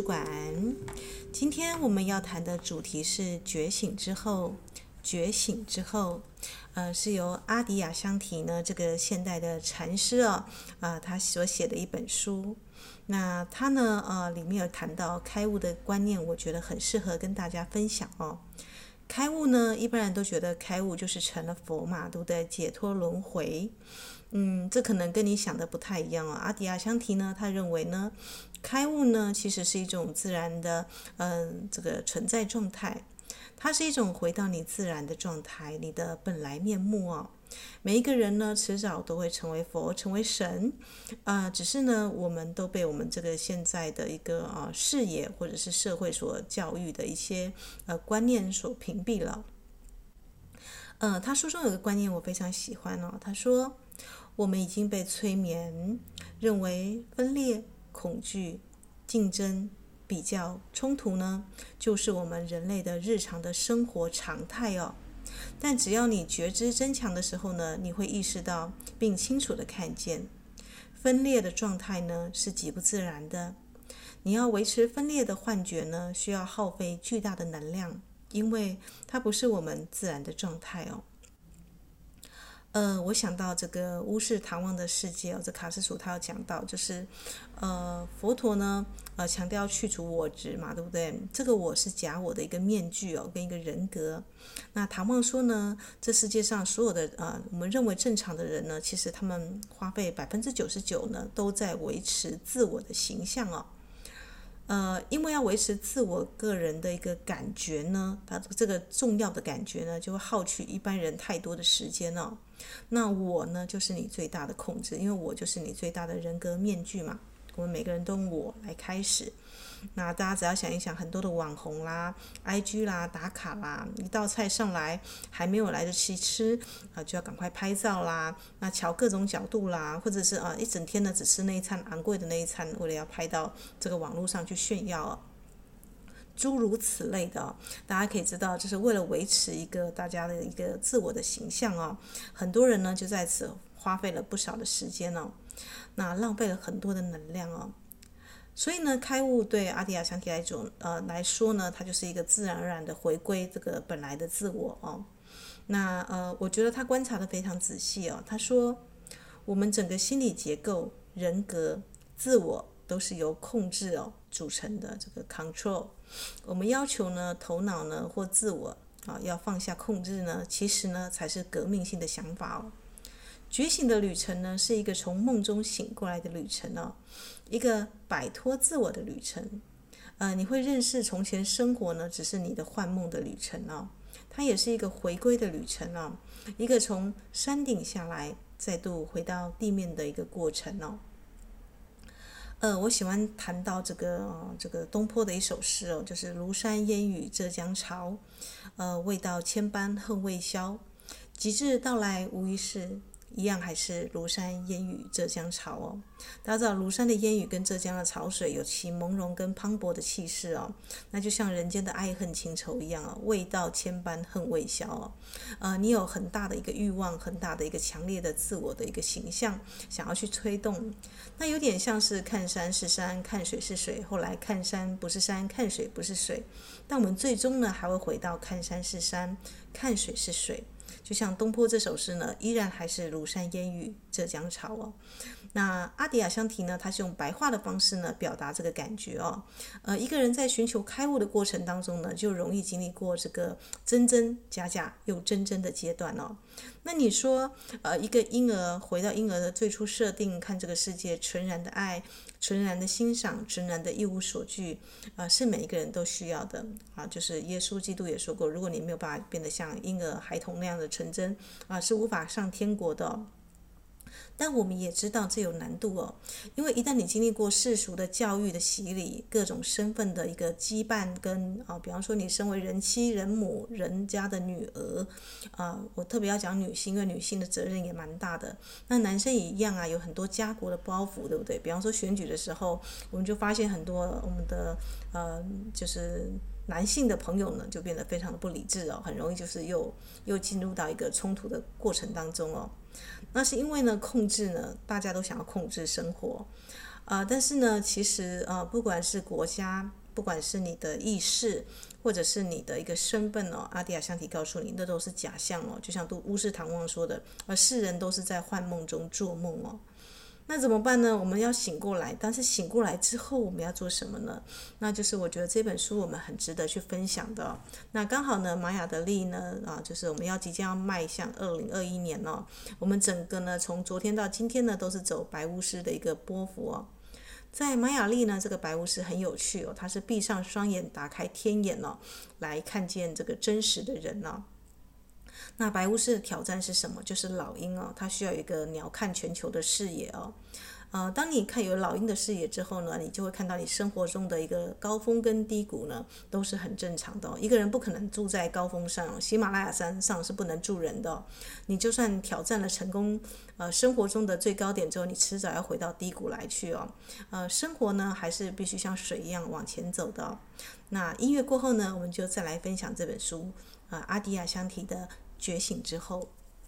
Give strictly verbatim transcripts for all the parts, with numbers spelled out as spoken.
书馆。今天我们要谈的主题是觉醒之后。觉醒之后，呃，是由阿迪亚香提呢这个现代的禅师啊、呃，他所写的一本书。那他呢，呃，里面有谈到开悟的观念，我觉得很适合跟大家分享哦。开悟呢，一般人都觉得开悟就是成了佛嘛，对不对？解脱轮回。嗯，这可能跟你想的不太一样哦。阿迪亚香提呢，他认为呢，开悟呢其实是一种自然的，嗯、呃，这个存在状态。它是一种回到你自然的状态，你的本来面目哦。每一个人呢，迟早都会成为佛，成为神，啊、呃，只是呢，我们都被我们这个现在的一个啊、呃、视野或者是社会所教育的一些呃观念所屏蔽了。呃，他书中有个观念我非常喜欢哦，他说我们已经被催眠，认为分裂、恐惧、竞争。比较冲突呢，就是我们人类的日常的生活常态哦。但只要你觉知增强的时候呢，你会意识到并清楚地看见，分裂的状态呢是极不自然的。你要维持分裂的幻觉呢，需要耗费巨大的能量，因为它不是我们自然的状态哦。呃，我想到这个巫士唐望的世界哦，这卡斯楚他有讲到，就是呃，佛陀呢，呃，强调去除我执嘛，对不对？这个我是假我的一个面具哦，跟一个人格。那唐望说呢，这世界上所有的呃，我们认为正常的人呢，其实他们花费百分之九十九呢，都在维持自我的形象哦。呃，因为要维持自我个人的一个感觉呢，它这个重要的感觉呢，就会耗去一般人太多的时间哦。那我呢，就是你最大的控制，因为我就是你最大的人格面具嘛。我们每个人都用我来开始。那大家只要想一想，很多的网红啦、I G 啦、打卡啦，一道菜上来还没有来得及吃啊，就要赶快拍照啦。那瞧各种角度啦，或者是啊一整天呢只吃那一餐昂贵的那一餐，为了要拍到这个网络上去炫耀啊。诸如此类的、哦，大家可以知道，就是为了维持一个大家的一个自我的形象哦，很多人呢就在此花费了不少的时间哦，那浪费了很多的能量哦。所以呢，开悟对阿迪亚香提来种呃来说呢，它就是一个自然而然的回归这个本来的自我哦。那呃，我觉得他观察的非常仔细哦。他说，我们整个心理结构、人格、自我都是由控制哦组成的，这个 control。我们要求呢，头脑呢或自我啊要放下控制呢，其实呢才是革命性的想法哦。觉醒的旅程呢，是一个从梦中醒过来的旅程哦，一个摆脱自我的旅程。呃，你会认识从前生活呢，只是你的幻梦的旅程哦。它也是一个回归的旅程哦，一个从山顶下来，再度回到地面的一个过程哦。呃，我喜欢谈到这个、呃、这个东坡的一首诗哦，就是庐山烟雨浙江潮，呃，味道千般恨未消，极致到来无一事，一样还是庐山烟雨浙江潮哦。大家知道庐山的烟雨跟浙江的潮水有其朦胧跟磅礴的气势哦，那就像人间的爱恨情仇一样哦，味道千般恨未消哦。呃，你有很大的一个欲望，很大的一个强烈的自我的一个形象，想要去推动。那有点像是看山是山，看水是水，后来看山不是山，看水不是水，但我们最终呢还会回到看山是山，看水是水。就像东坡这首诗呢，依然还是庐山烟雨浙江潮哦。那阿迪亚香提呢，他是用白话的方式呢表达这个感觉哦。呃，一个人在寻求开悟的过程当中呢，就容易经历过这个真真假假又真真的阶段哦。那你说，呃，一个婴儿回到婴儿的最初设定，看这个世界纯然的爱，纯然的欣赏，纯然的一无所惧，啊、呃，是每一个人都需要的啊。就是耶稣基督也说过，如果你没有办法变得像婴儿、孩童那样的纯真啊、呃，是无法上天国的、哦。但我们也知道这有难度哦，因为一旦你经历过世俗的教育的洗礼，各种身份的一个羁绊跟啊、呃，比方说你身为人妻、人母、人家的女儿，啊、呃，我特别要讲女性，因为女性的责任也蛮大的。那男生也一样啊，有很多家国的包袱，对不对？比方说选举的时候，我们就发现很多我们的呃，就是男性的朋友呢，就变得非常的不理智哦，很容易就是又又进入到一个冲突的过程当中哦。那是因为呢，控制呢，大家都想要控制生活， 呃，但是呢，其实呃，不管是国家，不管是你的意识，或者是你的一个身份哦，阿迪亚香提告诉你，那都是假象哦。就像都乌斯唐望说的，而世人都是在幻梦中做梦哦。那怎么办呢？我们要醒过来，但是醒过来之后我们要做什么呢？那就是我觉得这本书我们很值得去分享的哦。那刚好呢，玛雅的历呢啊，就是我们要即将要迈向二零二一年哦。我们整个呢从昨天到今天呢都是走白巫师的一个波幅哦。在玛雅历呢，这个白巫师很有趣哦，他是闭上双眼，打开天眼哦，来看见这个真实的人哦。那白巫师的挑战是什么？就是老鹰哦，它需要有一个鸟瞰全球的视野哦。呃，当你看有老鹰的视野之后呢，你就会看到你生活中的一个高峰跟低谷呢，都是很正常的哦。一个人不可能住在高峰上，喜马拉雅山上是不能住人的哦。你就算挑战了成功，呃，生活中的最高点之后，你迟早要回到低谷来去哦。呃，生活呢还是必须像水一样往前走的哦。那音乐过后呢，我们就再来分享这本书，呃，阿迪亚香提的《觉醒之后》。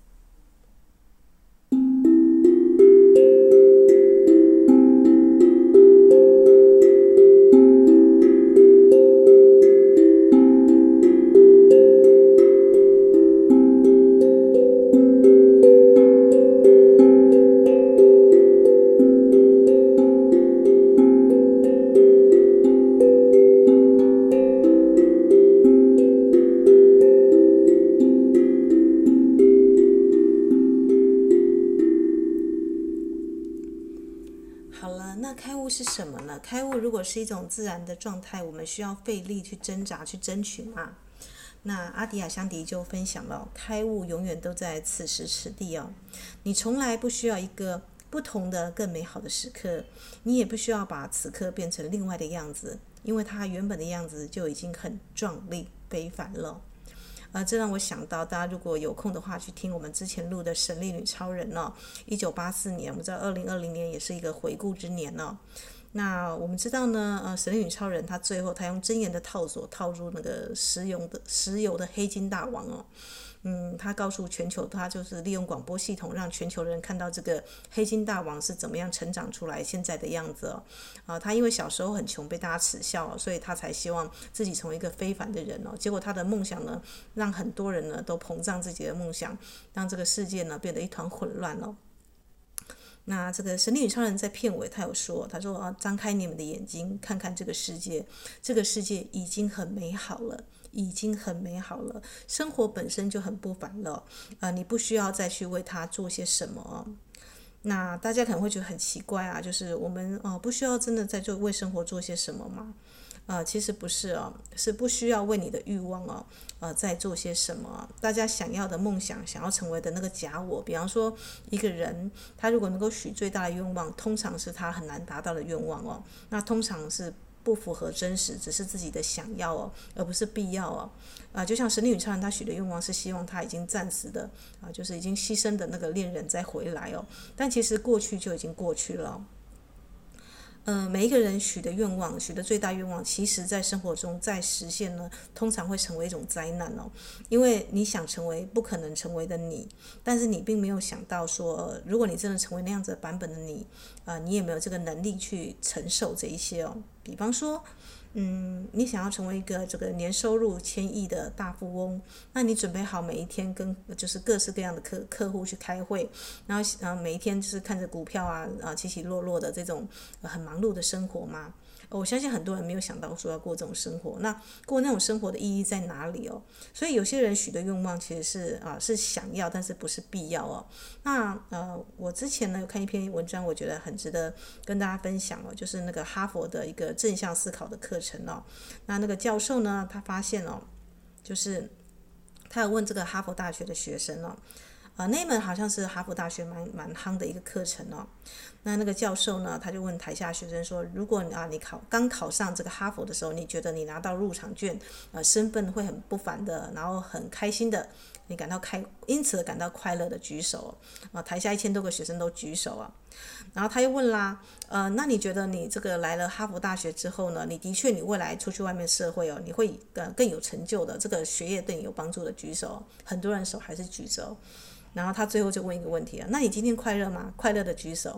好了，那开悟是什么呢？开悟如果是一种自然的状态，我们需要费力去挣扎、去争取嘛。那阿迪亚香迪就分享了，开悟永远都在此时此地哦。你从来不需要一个不同的、更美好的时刻，你也不需要把此刻变成另外的样子，因为它原本的样子就已经很壮丽、非凡了。呃，这让我想到，大家如果有空的话，去听我们之前录的《神力女超人》哦，一九八四年，我们知道二零二零年也是一个回顾之年哦。那我们知道呢，呃，神力女超人她最后她用真言的套索套入那个石油的石油的黑金大王哦。嗯，他告诉全球，他就是利用广播系统让全球人看到这个黑金大王是怎么样成长出来现在的样子哦。啊，他因为小时候很穷，被大家耻笑哦，所以他才希望自己成为一个非凡的人哦。结果他的梦想呢，让很多人呢都膨胀自己的梦想，让这个世界呢变得一团混乱哦。那这个神力女超人在片尾他有说，他说啊，张开你们的眼睛，看看这个世界，这个世界已经很美好了。已经很美好了，生活本身就很不凡了，呃，你不需要再去为它做些什么哦。那大家可能会觉得很奇怪啊，就是我们呃不需要真的在做为生活做些什么吗？呃，其实不是哦，是不需要为你的欲望哦，呃，在做些什么。大家想要的梦想，想要成为的那个假我，比方说一个人，他如果能够许最大的愿望，通常是他很难达到的愿望哦。那通常是不符合真实，只是自己的想要哦，而不是必要哦。啊，就像神力女超人，她许的愿望是希望她已经暂时的啊，就是已经牺牲的那个恋人再回来哦。但其实过去就已经过去了哦。呃，每一个人许的愿望，许的最大愿望，其实在生活中再实现呢，通常会成为一种灾难哦。因为你想成为不可能成为的你，但是你并没有想到说，呃、如果你真的成为那样子的版本的你，呃，你也没有这个能力去承受这一些哦。比方说，嗯，你想要成为一个这个年收入千亿的大富翁，那你准备好每一天跟就是各式各样的客客户去开会，然后然后每一天就是看着股票啊啊起起落落的这种、呃、很忙碌的生活吗？我相信很多人没有想到说要过这种生活，那过那种生活的意义在哪里哦？所以有些人许的愿望其实是啊是想要，但是不是必要哦。那呃，我之前呢有看一篇文章，我觉得很值得跟大家分享哦，就是那个哈佛的一个正向思考的课程哦。那那个教授呢，他发现哦，就是他有问这个哈佛大学的学生哦。呃，那一门好像是哈佛大学蛮蛮夯的一个课程哦。那那个教授呢，他就问台下学生说：“如果啊你考刚考上这个哈佛的时候，你觉得你拿到入场券，呃，身份会很不凡的，然后很开心的，你感到开，因此感到快乐的举手啊。”台下一千多个学生都举手啊。然后他又问啦，呃，那你觉得你这个来了哈佛大学之后呢，你的确你未来出去外面社会哦，你会呃更有成就的，这个学业对你有帮助的举手。很多人手还是举手。然后他最后就问一个问题啊，那你今天快乐吗？快乐的举手。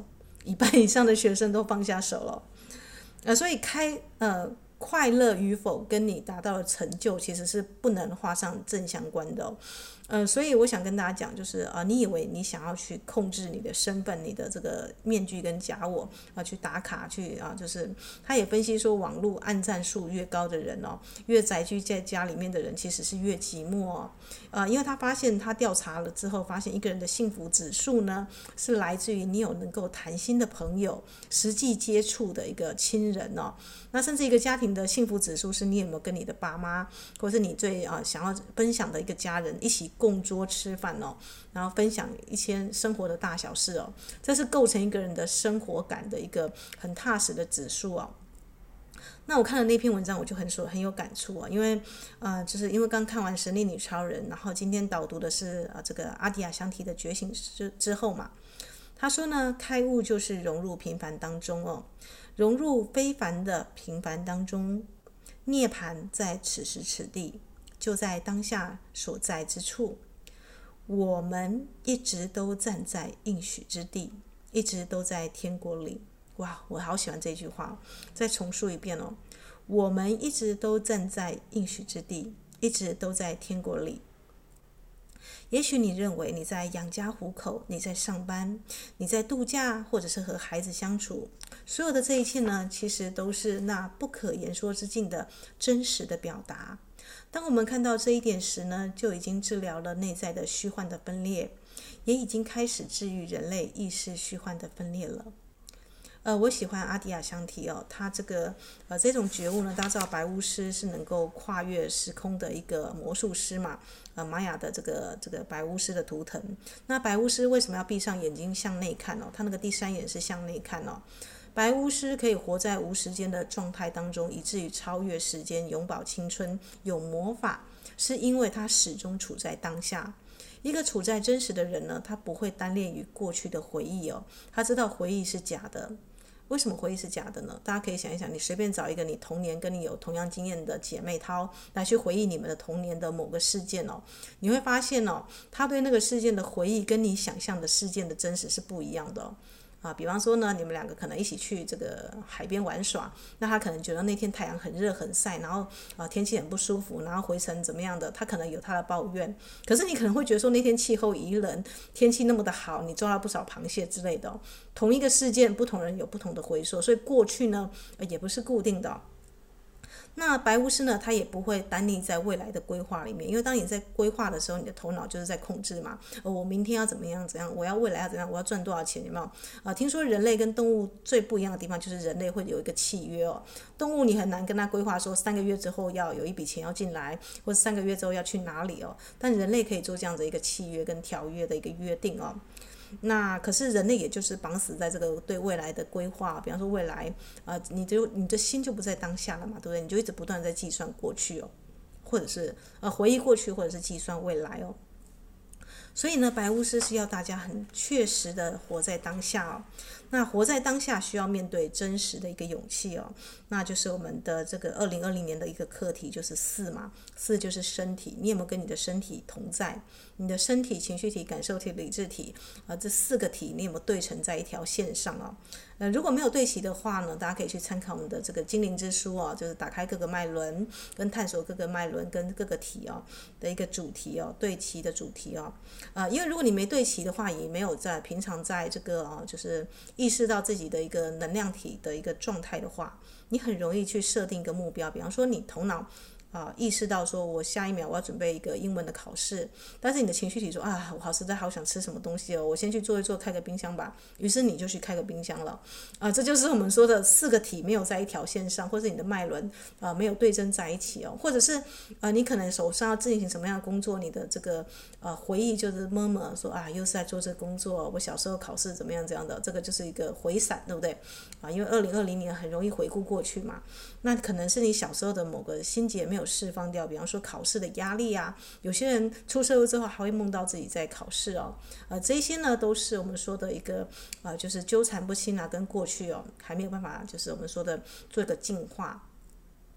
一半以上的学生都放下手了。呃，所以开呃快乐与否跟你达到的成就其实是不能画上正相关的哦。呃，所以我想跟大家讲，就是啊、呃，你以为你想要去控制你的身份、你的这个面具跟假我啊、呃，去打卡去啊、呃，就是他也分析说，网络按赞数越高的人哦，越宅居在家里面的人其实是越寂寞哦。呃，因为他发现他调查了之后，发现一个人的幸福指数呢，是来自于你有能够谈心的朋友、实际接触的一个亲人哦。那甚至一个家庭的幸福指数是你有没有跟你的爸妈，或是你最啊、呃、想要分享的一个家人一起共桌吃饭哦，然后分享一些生活的大小事哦，这是构成一个人的生活感的一个很踏实的指数哦。那我看了那篇文章，我就很说很有感触啊，因为呃，就是因为刚看完《神力女超人》，然后今天导读的是呃这个阿迪亚香缇的觉醒之之后嘛，他说呢，开悟就是融入平凡当中哦，融入非凡的平凡当中，涅槃在此时此地，就在当下所在之处。我们一直都站在应许之地，一直都在天国里。哇，我好喜欢这句话，再重述一遍哦。我们一直都站在应许之地，一直都在天国里。也许你认为你在养家糊口，你在上班，你在度假，或者是和孩子相处，所有的这一切呢，其实都是那不可言说之境的真实的表达。当我们看到这一点时呢，就已经治疗了内在的虚幻的分裂，也已经开始治愈人类意识虚幻的分裂了。呃，我喜欢阿迪亚香缇哦，他这个呃这种觉悟呢，大家知道白巫师是能够跨越时空的一个魔术师嘛，呃，玛雅的这个这个白巫师的图腾。那白巫师为什么要闭上眼睛向内看哦？他那个第三眼是向内看哦。白巫师可以活在无时间的状态当中，以至于超越时间，永葆青春，有魔法，是因为他始终处在当下。一个处在真实的人呢，他不会单恋于过去的回忆哦，他知道回忆是假的。为什么回忆是假的呢？大家可以想一想，你随便找一个你童年跟你有同样经验的姐妹淘来去回忆你们的童年的某个事件哦，你会发现哦，他对那个事件的回忆跟你想象的事件的真实是不一样的哦。啊，比方说呢，你们两个可能一起去这个海边玩耍，那他可能觉得那天太阳很热很晒，然后啊天气很不舒服，然后回程怎么样的，他可能有他的抱怨。可是你可能会觉得说那天气候宜人，天气那么的好，你抓了不少螃蟹之类的哦。同一个事件，不同人有不同的回溯，所以过去呢也不是固定的哦。那白巫师呢，他也不会单立在未来的规划里面，因为当你在规划的时候，你的头脑就是在控制嘛。呃、我明天要怎么样怎样，我要未来要怎样，我要赚多少钱，有没有？啊、呃，听说人类跟动物最不一样的地方就是人类会有一个契约哦。动物你很难跟他规划说三个月之后要有一笔钱要进来，或者三个月之后要去哪里哦。但人类可以做这样子一个契约跟条约的一个约定哦。那可是人类也就是绑死在这个对未来的规划，比方说未来，呃，你就你的心就不在当下了嘛，对不对？你就一直不断在计算过去哦，或者是呃回忆过去，或者是计算未来哦。所以呢，白巫师是要大家很确实的活在当下哦。那活在当下需要面对真实的一个勇气哦，那就是我们的这个二零二零年的一个课题，就是四嘛，四就是身体，你有没有跟你的身体同在？你的身体、情绪体、感受体、理智体啊、呃，这四个体你有没有对称在一条线上哦？呃，如果没有对齐的话呢，大家可以去参考我们的这个精灵之书哦，就是打开各个脉轮，跟探索各个脉轮跟各个体哦的一个主题哦，对齐的主题哦。呃，因为如果你没对齐的话，也没有在平常在这个哦，就是意识到自己的一个能量体的一个状态的话，你很容易去设定一个目标，比方说你头脑啊、呃，意识到说我下一秒我要准备一个英文的考试，但是你的情绪体说啊，我好实在好想吃什么东西哦，我先去做一做，开个冰箱吧。于是你就去开个冰箱了啊、呃，这就是我们说的四个体没有在一条线上，或者你的脉轮啊、呃、没有对针在一起哦，或者是呃你可能手上要进行什么样的工作，你的这个呃回忆就是摸摸说啊，又是在做这个工作，我小时候考试怎么样这样的，这个就是一个回闪，对不对啊？因为二零二零年很容易回顾过去嘛，那可能是你小时候的某个心结没有释放掉，比方说考试的压力啊，有些人出社会之后还会梦到自己在考试哦，呃，这些呢都是我们说的一个呃，就是纠缠不清啊，跟过去哦还没有办法，就是我们说的做一个净化。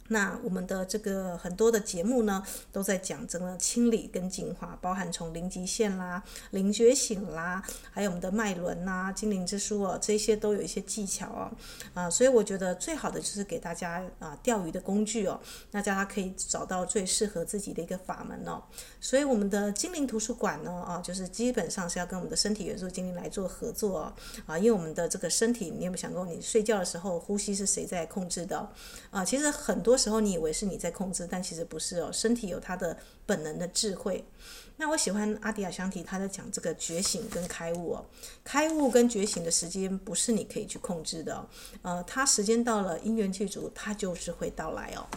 那我们的这个很多的节目呢，都在讲整个清理跟净化，包含从零极限啦、零觉醒啦，还有我们的脉轮啦、精灵之书哦，这些都有一些技巧哦，啊，所以我觉得最好的就是给大家啊钓鱼的工具哦，大家可以找到最适合自己的一个法门哦。所以我们的精灵图书馆呢，啊，就是基本上是要跟我们的身体元素精灵来做合作哦，啊，因为我们的这个身体，你有没有想过，你睡觉的时候呼吸是谁在控制的？啊，其实很多时候你以为是你在控制，但其实不是哦，身体有它的本能的智慧。那我喜欢阿迪亚香提他在讲这个觉醒跟开悟哦，开悟跟觉醒的时间不是你可以去控制的哦，呃，它时间到了，因缘具足，它就是会到来哦。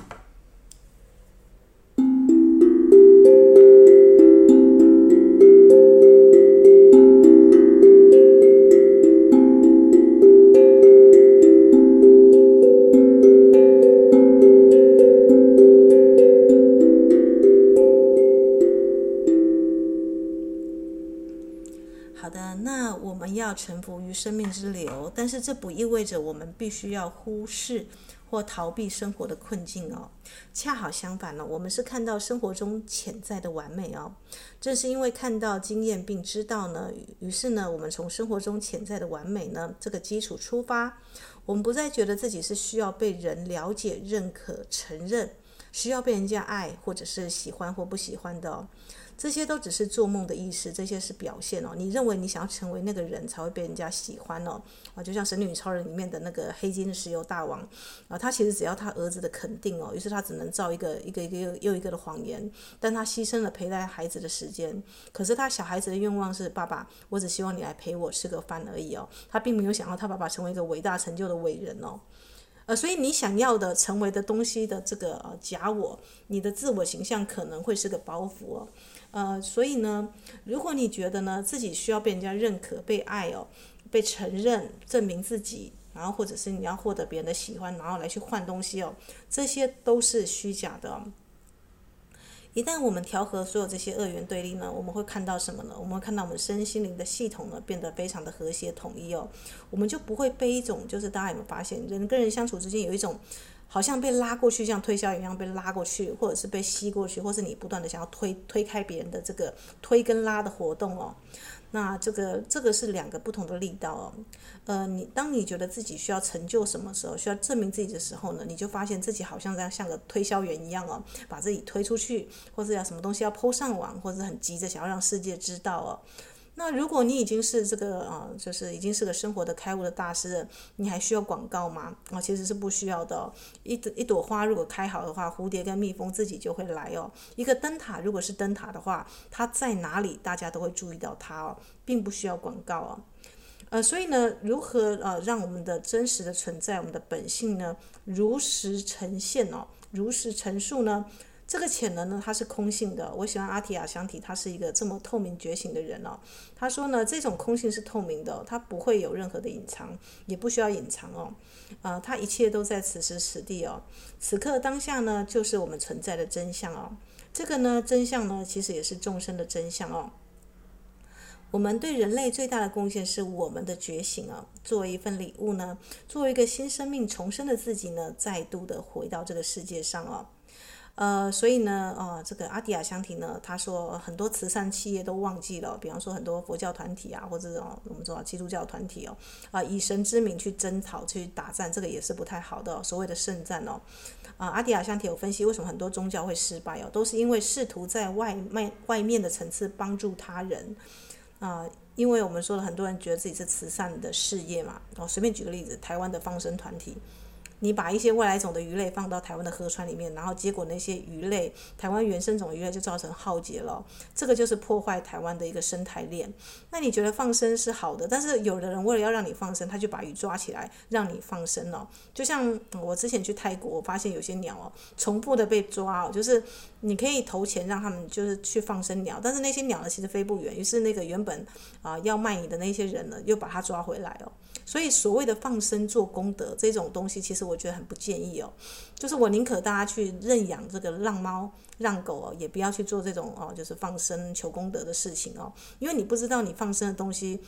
要臣服于生命之流，但是这不意味着我们必须要忽视或逃避生活的困境哦。恰好相反呢，我们是看到生活中潜在的完美哦。正是因为看到、经验并知道呢，于是呢，我们从生活中潜在的完美呢这个基础出发，我们不再觉得自己是需要被人了解、认可、承认，需要被人家爱，或者是喜欢或不喜欢的哦。这些都只是做梦的意识，这些是表现哦。你认为你想要成为那个人才会被人家喜欢哦，啊，就像《神女超人》里面的那个黑金石油大王啊，他其实只要他儿子的肯定哦，于是他只能造一个一个一个又一个的谎言，但他牺牲了陪伴孩子的时间。可是他小孩子的愿望是，爸爸，我只希望你来陪我吃个饭而已哦。他并没有想要他爸爸成为一个伟大成就的伟人哦。呃，所以你想要的成为的东西的这个呃假我，你的自我形象可能会是个包袱哦。呃，所以呢，如果你觉得呢自己需要被人家认可、被爱哦、被承认、证明自己，然后或者是你要获得别人的喜欢，然后来去换东西哦，这些都是虚假的哦。一旦我们调和所有这些二元对立呢，我们会看到什么呢？我们会看到我们身心灵的系统呢变得非常的和谐统一哦，我们就不会被一种，就是大家有没有发现，人跟人相处之间有一种好像被拉过去，像推销员一样被拉过去，或者是被吸过去，或是你不断的想要推推开别人的这个推跟拉的活动哦。那这个这个是两个不同的力道哦。呃，你当你觉得自己需要成就什么时候，需要证明自己的时候呢，你就发现自己好像在像个推销员一样哦，把自己推出去，或者要什么东西要 po 上网，或者很急着想要让世界知道哦。那如果你已经是这个啊、呃，就是已经是个生活的开悟的大师了，你还需要广告吗？啊、哦，其实是不需要的哦。一一朵花如果开好的话，蝴蝶跟蜜蜂自己就会来哦。一个灯塔如果是灯塔的话，它在哪里大家都会注意到它哦，并不需要广告哦。呃，所以呢，如何呃让我们的真实的存在，我们的本性呢，如实呈现哦，如实陈述呢？这个潜能呢，它是空性的。我喜欢阿提亚香提，他是一个这么透明觉醒的人哦。他说呢，这种空性是透明的，它不会有任何的隐藏，也不需要隐藏哦。呃，它一切都在此时此地哦，此刻当下呢，就是我们存在的真相哦。这个呢，真相呢，其实也是众生的真相哦。我们对人类最大的贡献是我们的觉醒啊，作为一份礼物呢，作为一个新生命重生的自己呢，再度的回到这个世界上哦。呃，所以呢，呃，这个阿迪亚香提呢，他说很多慈善企业都忘记了，比方说很多佛教团体啊，或者哦，我们说基督教团体哦，啊、呃，以神之名去征讨、去打战，这个也是不太好的、哦，所谓的圣战哦。啊、呃，阿迪亚香提有分析为什么很多宗教会失败哦，都是因为试图在外外外面的层次帮助他人啊、呃，因为我们说了，很多人觉得自己是慈善的事业嘛，我、哦、随便举个例子，台湾的放生团体。你把一些外来种的鱼类放到台湾的河川里面，然后结果那些鱼类，台湾原生种鱼类就造成浩劫了，这个就是破坏台湾的一个生态链。那你觉得放生是好的，但是有的人为了要让你放生，他就把鱼抓起来让你放生了。就像我之前去泰国，我发现有些鸟哦，重复的被抓哦，就是你可以投钱让他们就是去放生鸟，但是那些鸟呢其实飞不远，于是那个原本啊、呃、要卖你的那些人呢，又把它抓回来哦。所以所谓的放生做功德这种东西，其实我觉得很不建议哦。就是我宁可大家去认养这个让猫让狗哦，也不要去做这种哦，就是放生求功德的事情哦。因为你不知道你放生的东西，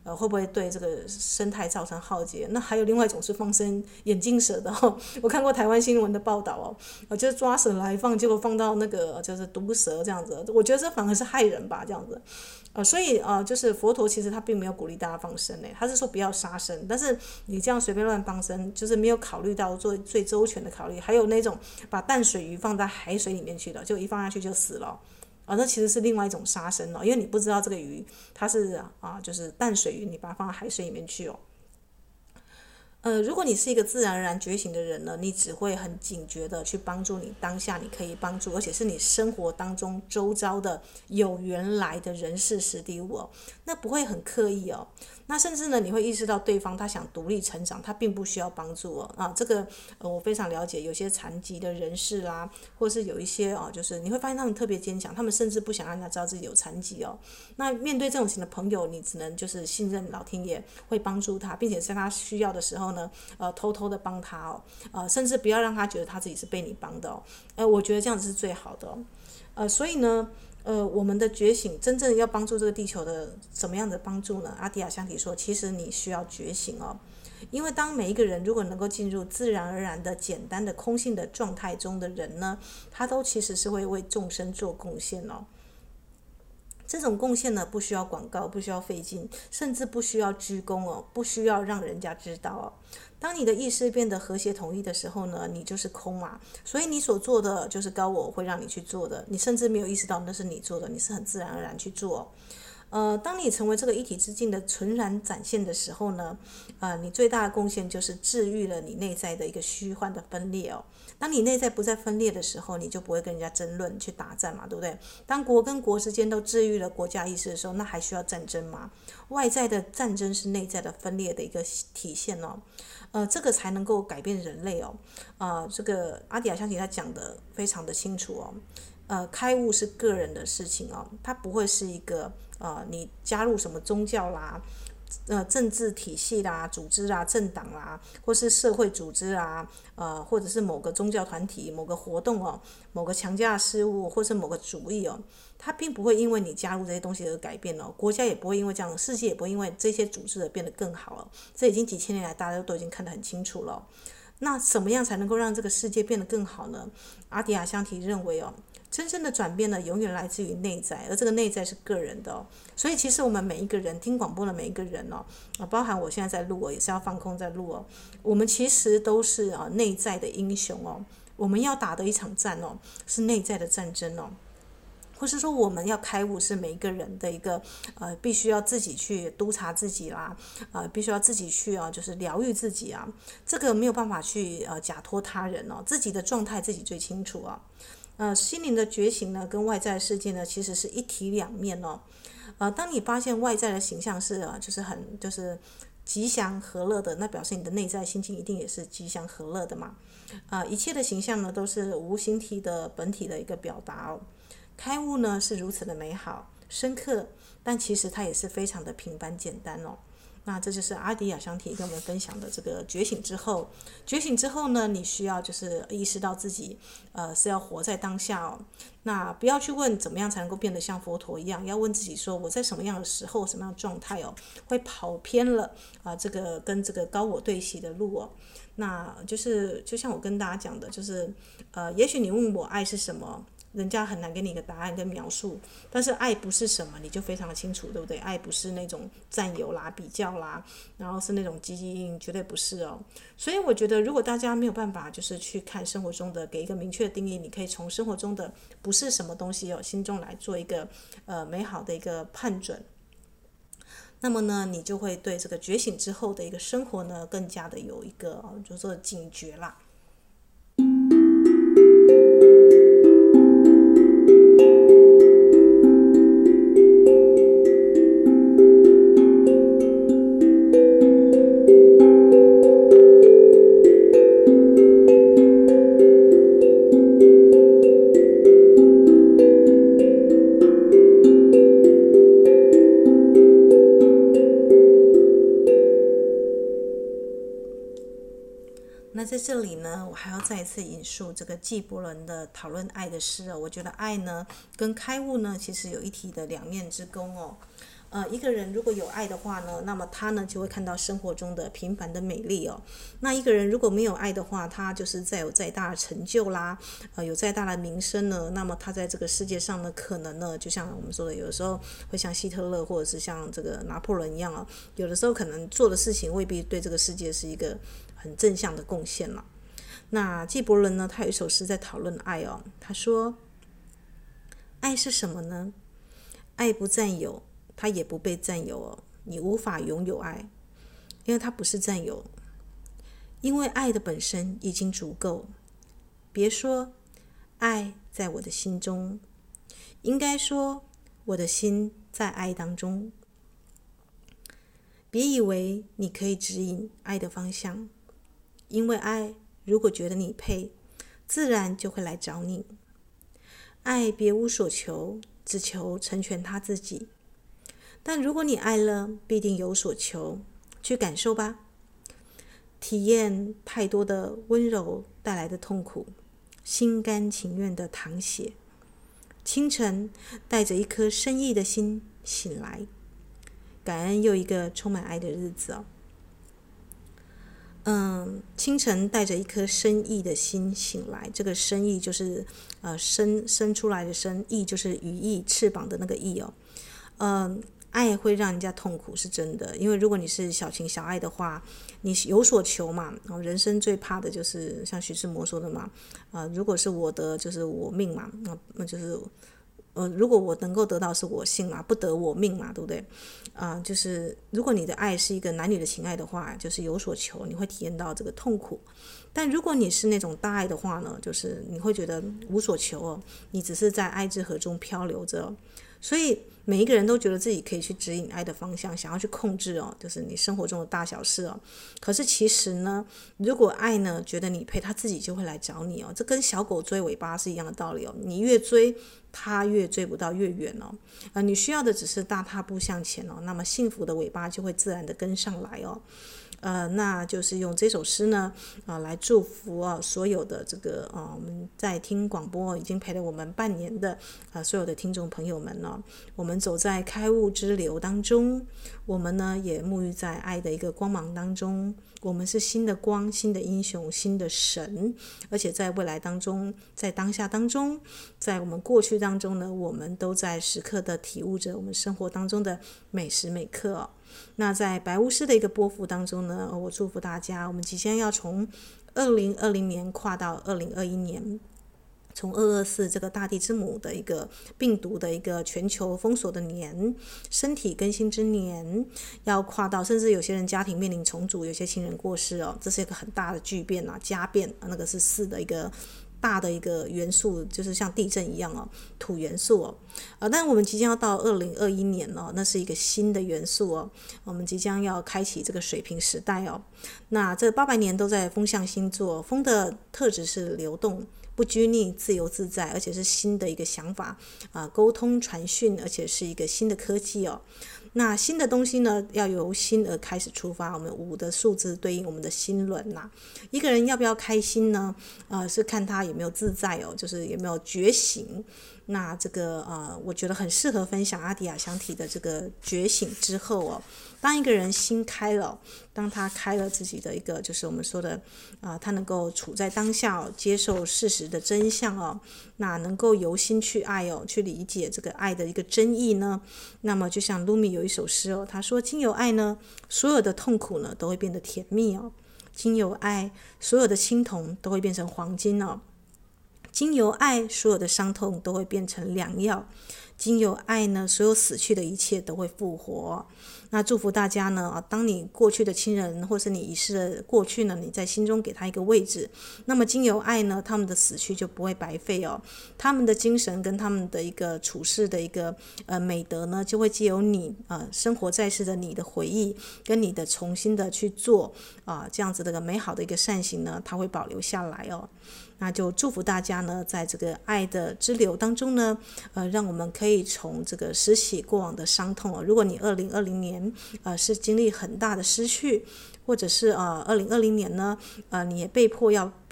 呃会不会对这个生态造成浩劫？那还有另外一种是放生眼镜蛇的哦，我看过台湾新闻的报道哦，呃就是抓蛇来放，结果放到那个就是毒蛇这样子，我觉得这反而是害人吧这样子。呃，所以呃，就是佛陀其实他并没有鼓励大家放生诶，他是说不要杀生，但是你这样随便乱放生，就是没有考虑到做最周全的考虑。还有那种把淡水鱼放在海水里面去的，就一放下去就死了，啊，那其实是另外一种杀生哦，因为你不知道这个鱼它是啊，就是淡水鱼，你把它放到海水里面去哦。呃，如果你是一个自然而然觉醒的人呢，你只会很警觉的去帮助你当下你可以帮助，而且是你生活当中周遭的有缘来的人事实地物哦，那不会很刻意哦。那甚至呢，你会意识到对方他想独立成长，他并不需要帮助哦。啊，这个呃我非常了解，有些残疾的人士啦，或是有一些哦，就是你会发现他们特别坚强，他们甚至不想让人家知道自己有残疾哦。那面对这种型的朋友，你只能就是信任老天爷会帮助他，并且在他需要的时候呢，呃，偷偷的帮他哦，呃，甚至不要让他觉得他自己是被你帮的哦。呃，我觉得这样子是最好的哦。呃，所以呢。呃，我们的觉醒真正要帮助这个地球的怎么样的帮助呢？阿迪亚香提说，其实你需要觉醒哦，因为当每一个人如果能够进入自然而然的简单的空性的状态中的人呢，他都其实是会为众生做贡献哦。这种贡献呢，不需要广告，不需要费劲，甚至不需要鞠躬哦，不需要让人家知道哦。当你的意识变得和谐统一的时候呢，你就是空嘛，所以你所做的就是高我会让你去做的，你甚至没有意识到那是你做的，你是很自然而然去做哦。呃，当你成为这个一体之境的纯然展现的时候呢，呃，你最大的贡献就是治愈了你内在的一个虚幻的分裂哦。当你内在不再分裂的时候，你就不会跟人家争论去打战嘛，对不对？当国跟国之间都治愈了国家意识的时候，那还需要战争吗？外在的战争是内在的分裂的一个体现哦。呃，这个才能够改变人类哦。呃，这个阿迪亚香提他讲的非常的清楚哦。呃，开悟是个人的事情哦，它不会是一个呃，你加入什么宗教啦，呃，政治体系啦、组织啦、政党啦，或是社会组织啊，呃，或者是某个宗教团体、某个活动哦，某个强加的事物，或是某个主义哦，它并不会因为你加入这些东西而改变哦，国家也不会因为这样，世界也不会因为这些组织而变得更好了。这已经几千年来大家都已经看得很清楚了。那怎么样才能够让这个世界变得更好呢？阿迪亚香提认为哦，真正的转变呢，永远来自于内在，而这个内在是个人的哦。所以其实我们每一个人听广播的每一个人哦，啊，包含我现在在录哦，也是要放空在录哦。我们其实都是啊内在的英雄哦。我们要打的一场战哦，是内在的战争哦。或是说我们要开悟是每一个人的一个呃，必须要自己去督察自己啦，呃，必须要自己去啊，就是疗愈自己啊。这个没有办法去呃假托他人哦，自己的状态自己最清楚啊。呃，心灵的觉醒呢，跟外在的世界呢，其实是一体两面哦。呃，当你发现外在的形象是啊，就是很就是吉祥和乐的，那表示你的内在心情一定也是吉祥和乐的嘛。啊、呃，一切的形象呢，都是无形体的本体的一个表达哦。开悟呢是如此的美好深刻，但其实它也是非常的平凡简单哦。那这就是阿迪亚香提跟我们分享的这个觉醒之后，觉醒之后呢，你需要就是意识到自己呃是要活在当下哦。那不要去问怎么样才能够变得像佛陀一样，要问自己说我在什么样的时候、什么样的状态哦，会跑偏了啊、呃、这个跟这个高我对齐的路哦。那就是就像我跟大家讲的，就是呃，也许你问我爱是什么。人家很难给你一个答案跟描述，但是爱不是什么，你就非常的清楚，对不对？爱不是那种占有啦、比较啦，然后是那种积极应，绝对不是哦。所以我觉得，如果大家没有办法，就是去看生活中的，给一个明确的定义，你可以从生活中的不是什么东西哦，心中来做一个呃美好的一个判准。那么呢，你就会对这个觉醒之后的一个生活呢，更加的有一个就是说警觉啦。那在这里呢，我还要再一次引述这个纪伯伦的讨论爱的诗哦。我觉得爱呢跟开悟呢，其实有一体的两面之功哦。 呃，一个人如果有爱的话呢，那么他呢就会看到生活中的平凡的美丽哦。那一个人如果没有爱的话，他就是再有再大的成就啦，呃，有再大的名声呢，那么他在这个世界上呢，可能呢，就像我们说的，有的时候会像希特勒或者是像这个拿破仑一样啊，有的时候可能做的事情未必对这个世界是一个很正向的贡献了。那纪伯伦呢，他有一首诗在讨论爱哦，他说：爱是什么呢？爱不占有，它也不被占有哦。你无法拥有爱，因为它不是占有，因为爱的本身已经足够。别说爱在我的心中，应该说我的心在爱当中。别以为你可以指引爱的方向，因为爱如果觉得你配，自然就会来找你。爱别无所求，只求成全他自己。但如果你爱了，必定有所求，去感受吧。体验太多的温柔带来的痛苦，心甘情愿的淌血。清晨带着一颗深意的心醒来，感恩又一个充满爱的日子哦。嗯，清晨带着一颗深意的心醒来，这个深意就是呃生生出来的生，意就是羽翼翅膀的那个翼哦。嗯，爱会让人家痛苦是真的，因为如果你是小情小爱的话，你有所求嘛，人生最怕的就是像徐志摩说的嘛，呃，如果是我得就是我命嘛，那那就是呃，如果我能够得到是我幸嘛，不得我命嘛，对不对？啊、呃，就是如果你的爱是一个男女的情爱的话，就是有所求，你会体验到这个痛苦。但如果你是那种大爱的话呢，就是你会觉得无所求哦，你只是在爱之河中漂流着哦。所以每一个人都觉得自己可以去指引爱的方向，想要去控制哦，就是你生活中的大小事哦。可是其实呢，如果爱呢觉得你配，他自己就会来找你哦。这跟小狗追尾巴是一样的道理哦。你越追，它越追不到越远哦。呃，你需要的只是大踏步向前哦，那么幸福的尾巴就会自然的跟上来哦。呃，那就是用这首诗呢，啊、呃，来祝福啊所有的这个啊、呃、我们在听广播已经陪了我们半年的啊、呃、所有的听众朋友们呢，我们走在开悟之流当中，我们呢也沐浴在爱的一个光芒当中，我们是新的光、新的英雄、新的神，而且在未来当中，在当下当中，在我们过去当中呢，我们都在时刻的体悟着我们生活当中的每时每刻哦。那在白巫师的一个播幅当中呢，我祝福大家，我们即将要从二零二零年跨到二零二一年，从二二四这个大地之母的一个病毒的一个全球封锁的年，身体更新之年，要跨到甚至有些人家庭面临重组，有些亲人过世哦，这是一个很大的巨变啊，家变，那个是四的一个大的一个元素，就是像地震一样哦，土元素哦，呃，但我们即将要到二零二一年哦，那是一个新的元素哦，我们即将要开启这个水瓶时代哦。那这八百年都在风象星座，风的特质是流动、不拘泥、自由自在，而且是新的一个想法啊、呃，沟通传讯，而且是一个新的科技哦。那新的东西呢，要由心而开始出发。我们五的数字对应我们的心轮呐、啊。一个人要不要开心呢？呃，是看他有没有自在哦，就是有没有觉醒。那这个呃，我觉得很适合分享阿迪亚香缇的这个觉醒之后哦，当一个人心开了，当他开了自己的一个，就是我们说的啊、呃，他能够处在当下哦，接受事实的真相哦，那能够由心去爱哦，去理解这个爱的一个真意呢。那么就像 Lumi 有一首诗哦，他说：“经由爱呢，所有的痛苦呢都会变得甜蜜哦；经由爱，所有的青铜都会变成黄金哦。”经由爱，所有的伤痛都会变成良药；经由爱呢，所有死去的一切都会复活。那祝福大家呢，当你过去的亲人或是你已逝的过去呢，你在心中给他一个位置，那么经由爱呢，他们的死去就不会白费哦，他们的精神跟他们的一个处事的一个呃美德呢，就会藉由你呃生活在世的你的回忆跟你的重新的去做啊、呃、这样子的一个美好的一个善行呢，它会保留下来哦。那就祝福大家呢，在这个爱的支流当中呢，呃，让我们可以从这个拾起过往的伤痛哦。如果你二零二零年呃是经历很大的失去，或者是呃二零二零年呢，呃你也被迫要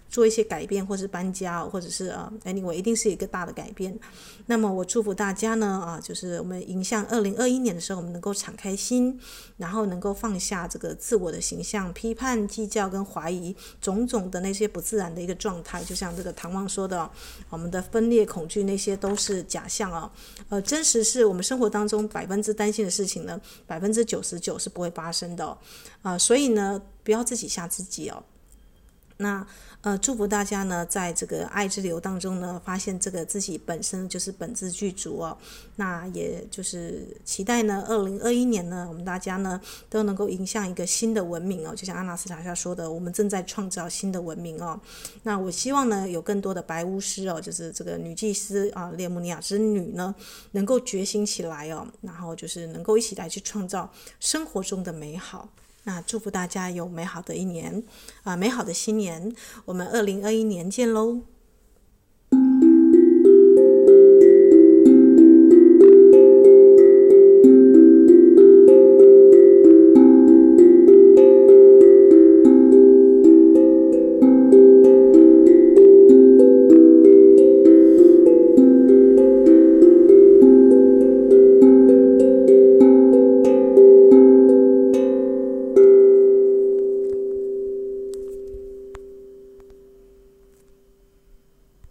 做一些改变，或是搬家，或者是呃 anyway 一定是一个大的改变。那么我祝福大家呢啊，就是我们迎向二零二一年的时候，我们能够敞开心，然后能够放下这个自我的形象、批判、计较跟怀疑种种的那些不自然的一个状态。就像这个唐望说的，我们的分裂、恐惧那些都是假象啊。呃，真实是我们生活当中百分之担心的事情呢，百分之九十九是不会发生的哦。啊、呃，所以呢，不要自己吓自己哦。那呃，祝福大家呢，在这个爱之流当中呢，发现这个自己本身就是本自具足哦。那也就是期待呢，二零二一年呢，我们大家呢都能够迎向一个新的文明哦。就像阿纳斯塔夏说的，我们正在创造新的文明哦。那我希望呢，有更多的白巫师哦，就是这个女祭司啊，列姆尼亚之女呢，能够觉醒起来哦，然后就是能够一起来去创造生活中的美好。那祝福大家有美好的一年啊、呃，美好的新年，我们二零二一年见喽。